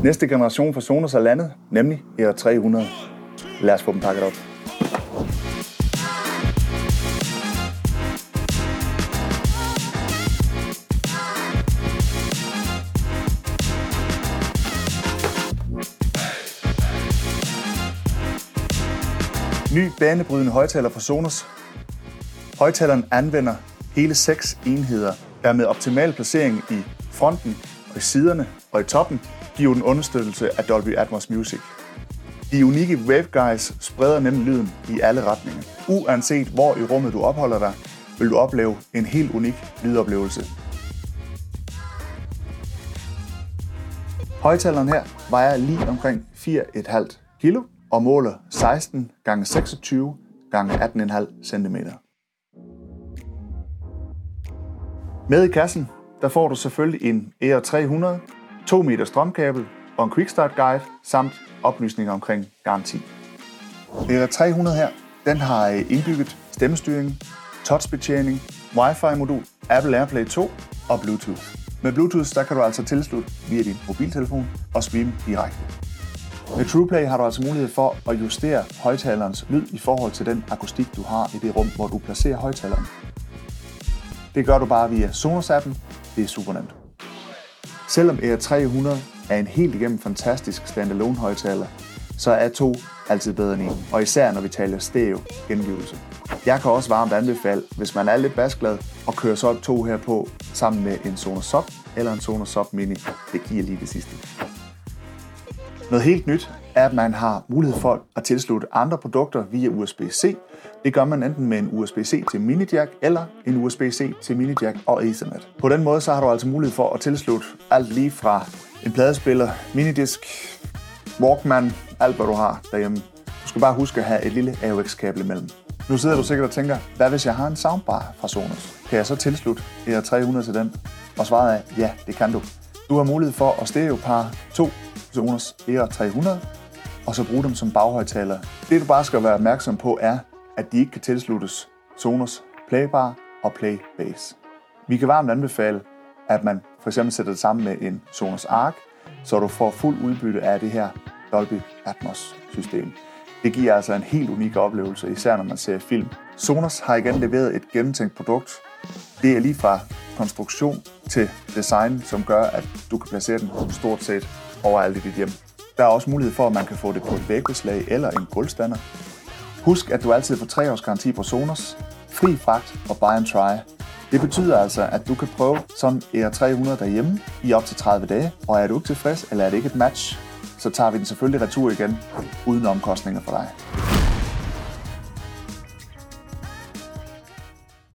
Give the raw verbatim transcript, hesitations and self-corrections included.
Næste generation for Sonos er landet, nemlig E R tre hundrede. Lad os få dem pakket op. Ny banebrydende højttaler fra Sonos. Højttaleren anvender hele seks enheder, der med optimal placering i fronten og i siderne og i toppen giver den understøttelse af Dolby Atmos Music. De unikke waveguides spreder nemlig lyden i alle retninger. Uanset hvor i rummet du opholder dig, vil du opleve en helt unik lydoplevelse. Højttaleren her vejer lige omkring fire komma fem kilo og måler seksten gange seksogtyve gange atten komma fem centimeter. Med i kassen, der får du selvfølgelig en E R tre hundrede, to meter strømkabel og en quickstart guide, samt oplysninger omkring garanti. E R tre hundrede her, den har indbygget stemmestyring, touchbetjening, wifi-modul, Apple AirPlay to og Bluetooth. Med Bluetooth, der kan du altså tilslutte via din mobiltelefon og streame direkte. Med TruePlay har du altså mulighed for at justere højttalerens lyd i forhold til den akustik, du har i det rum, hvor du placerer højttaleren. Det gør du bare via Sonos-appen. Det er super nemt. Selvom E R tre hundrede er en helt igennem fantastisk standalone højttaler, så er to altid bedre end en, og især når vi taler stereo gengivelse. Jeg kan også varmt anbefale, hvis man er lidt basglad, at køre så to her på sammen med en Sonos Sub eller en Sonos Sub Mini. Det giver lige det sidste. Noget helt nyt er, at man har mulighed for at tilslutte andre produkter via U S B C. Det gør man enten med en U S B C til mini-jack eller en U S B C til mini-jack og Ethernet. På den måde så har du altså mulighed for at tilslutte alt lige fra en pladespiller, minidisk, Walkman, alt hvad du har derhjemme. Du skal bare huske at have et lille A U X-kabel imellem. Nu sidder du sikkert og tænker, hvad hvis jeg har en soundbar fra Sonos? Kan jeg så tilslutte E R tre hundrede til den? Og svaret er, ja, det kan du. Du har mulighed for at stereopare to Sonos E R tre hundrede, og så bruge dem som baghøjttalere. Det du bare skal være opmærksom på er, at de ikke kan tilsluttes Sonos Playbar og Playbass. Vi kan varmt anbefale, at man for eksempel sætter det sammen med en Sonos Arc, så du får fuld udbytte af det her Dolby Atmos system. Det giver altså en helt unik oplevelse, især når man ser film. Sonos har igen leveret et gennemtænkt produkt. Det er lige fra konstruktion til design, som gør, at du kan placere den stort set overalt i dit hjem. Der er også mulighed for, at man kan få det på et vægbeslag eller en gulvstander. Husk, at du altid får tre års garanti på Sonos, fri fragt og buy and try. Det betyder altså, at du kan prøve sådan E R tre hundrede derhjemme i op til tredive dage, og er du ikke tilfreds, eller er det ikke et match, så tager vi den selvfølgelig retur igen, uden omkostninger for dig.